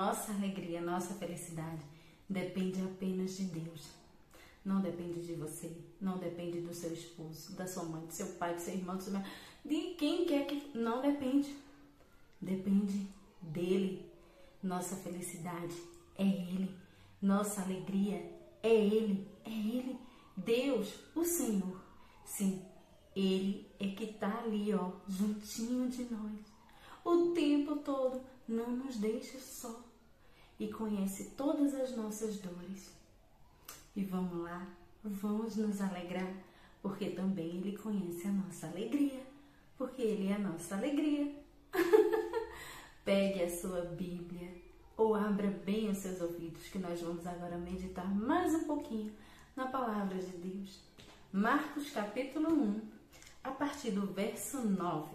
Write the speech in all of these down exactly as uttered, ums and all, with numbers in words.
nossa alegria, nossa felicidade depende apenas de Deus. Não depende de você, não depende do seu esposo, da sua mãe, do seu pai, do seu irmão, do seu irmão, de quem quer que... Não depende. Depende dele. Nossa felicidade é Ele. Nossa alegria é Ele. É Ele. Deus, o Senhor. Sim, Ele é que está ali, ó, juntinho de nós. O tempo todo. Não nos deixa só. E conhece todas as nossas dores. E vamos lá, vamos nos alegrar, porque também Ele conhece a nossa alegria, porque Ele é a nossa alegria. Pegue a sua Bíblia ou abra bem os seus ouvidos, que nós vamos agora meditar mais um pouquinho na palavra de Deus. Marcos capítulo um, a partir do verso nove.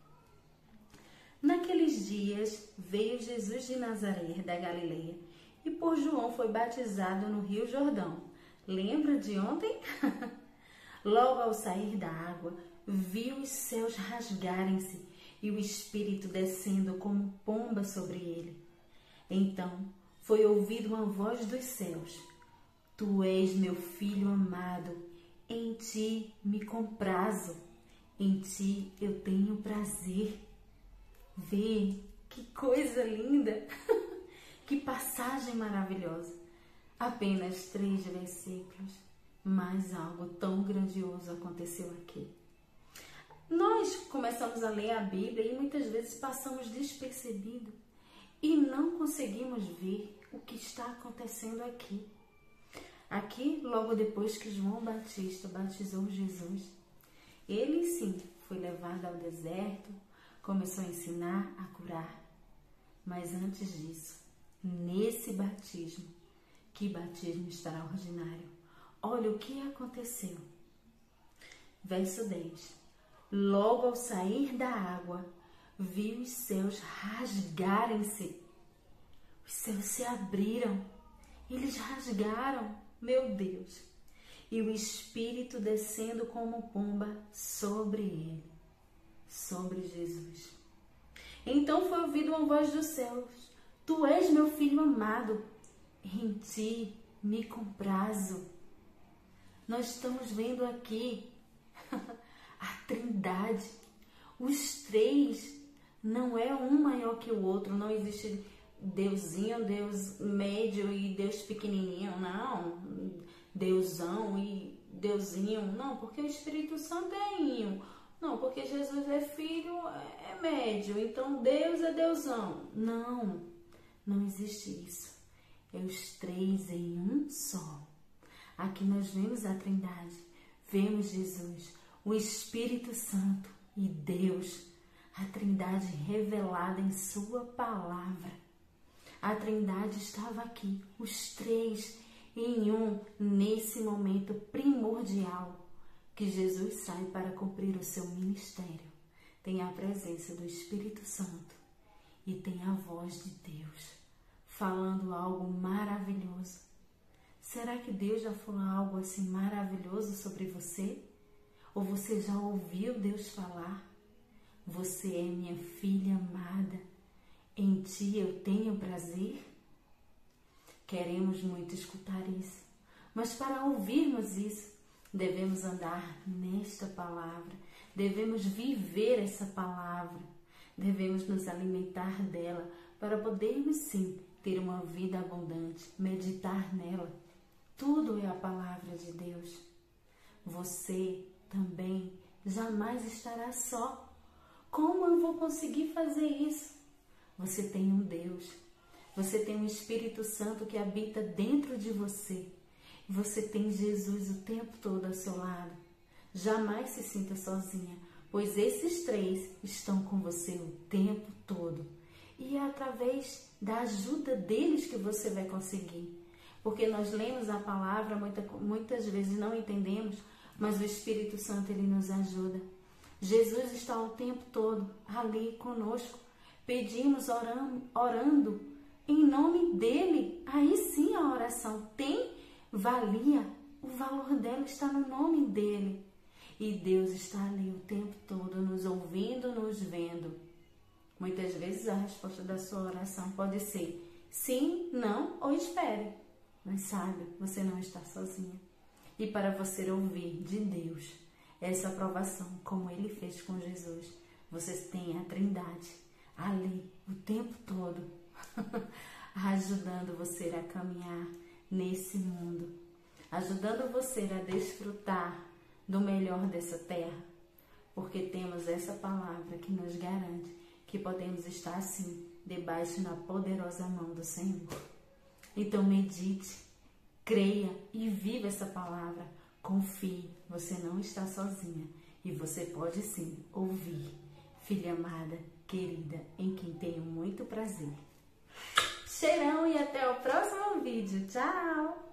Naqueles dias veio Jesus de Nazaré, da Galileia, e por João foi batizado no Rio Jordão. Lembra de ontem? Logo ao sair da água, viu os céus rasgarem-se e o Espírito descendo como pomba sobre ele. Então foi ouvida uma voz dos céus: Tu és meu filho amado, em ti me comprazo, em ti eu tenho prazer. Vê, que coisa linda! Que passagem maravilhosa! Apenas três versículos, mas algo tão grandioso aconteceu aqui. Nós começamos a ler a Bíblia e muitas vezes passamos despercebido e não conseguimos ver o que está acontecendo aqui. Aqui, logo depois que João Batista batizou Jesus, ele sim foi levado ao deserto, começou a ensinar, a curar. Mas antes disso, nesse batismo, que batismo extraordinário, olha o que aconteceu. Verso dez. Logo ao sair da água, viu os céus rasgarem-se. Os céus se abriram, eles rasgaram, meu Deus. E o Espírito descendo como pomba sobre ele, sobre Jesus. Então foi ouvida uma voz dos céus: Tu és meu filho amado, em ti me comprazo. Nós estamos vendo aqui a Trindade, os três. Não é um maior que o outro, não existe Deusinho, Deus médio e Deus pequenininho, não. Deusão e Deusinho, não, porque o Espírito Santo é inho. Não, porque Jesus é filho, é médio, então Deus é Deusão. Não, não existe isso. É os três em um só. Aqui nós vemos a Trindade, vemos Jesus, o Espírito Santo e Deus, a Trindade revelada em sua palavra. A Trindade estava aqui, os três em um, nesse momento primordial que Jesus sai para cumprir o seu ministério. Tem a presença do Espírito Santo e tem a voz de Deus falando algo maravilhoso. Será que Deus já falou algo assim maravilhoso sobre você? Ou você já ouviu Deus falar? Você é minha filha amada, em ti eu tenho prazer? Queremos muito escutar isso, mas para ouvirmos isso, devemos andar nesta palavra, devemos viver essa palavra, devemos nos alimentar dela para podermos sim ter uma vida abundante, meditar nela. Tudo é a palavra de Deus. Você também jamais estará só. Como eu vou conseguir fazer isso? Você tem um Deus, você tem um Espírito Santo que habita dentro de você. Você tem Jesus o tempo todo ao seu lado. Jamais se sinta sozinha, pois esses três estão com você o tempo todo. E é através da ajuda deles que você vai conseguir. Porque nós lemos a palavra, muita, muitas vezes não entendemos, mas o Espírito Santo ele nos ajuda. Jesus está o tempo todo ali conosco. Pedimos, orando, orando em nome dele. Aí sim a oração tem valia. O valor dela está no nome dele. E Deus está ali o tempo todo nos ouvindo, nos vendo. Muitas vezes a resposta da sua oração pode ser sim, não ou espere. Mas sabe, você não está sozinha. E para você ouvir de Deus essa aprovação, como Ele fez com Jesus, vocês têm a Trindade ali o tempo todo, ajudando você a caminhar nesse mundo, ajudando você a desfrutar do melhor dessa terra, porque temos essa palavra que nos garante que podemos estar assim, debaixo na poderosa mão do Senhor. Então medite, creia e viva essa palavra. Confie, você não está sozinha e você pode sim ouvir. Filha amada, querida, em quem tenho muito prazer. Cheirão e até o próximo vídeo. Tchau!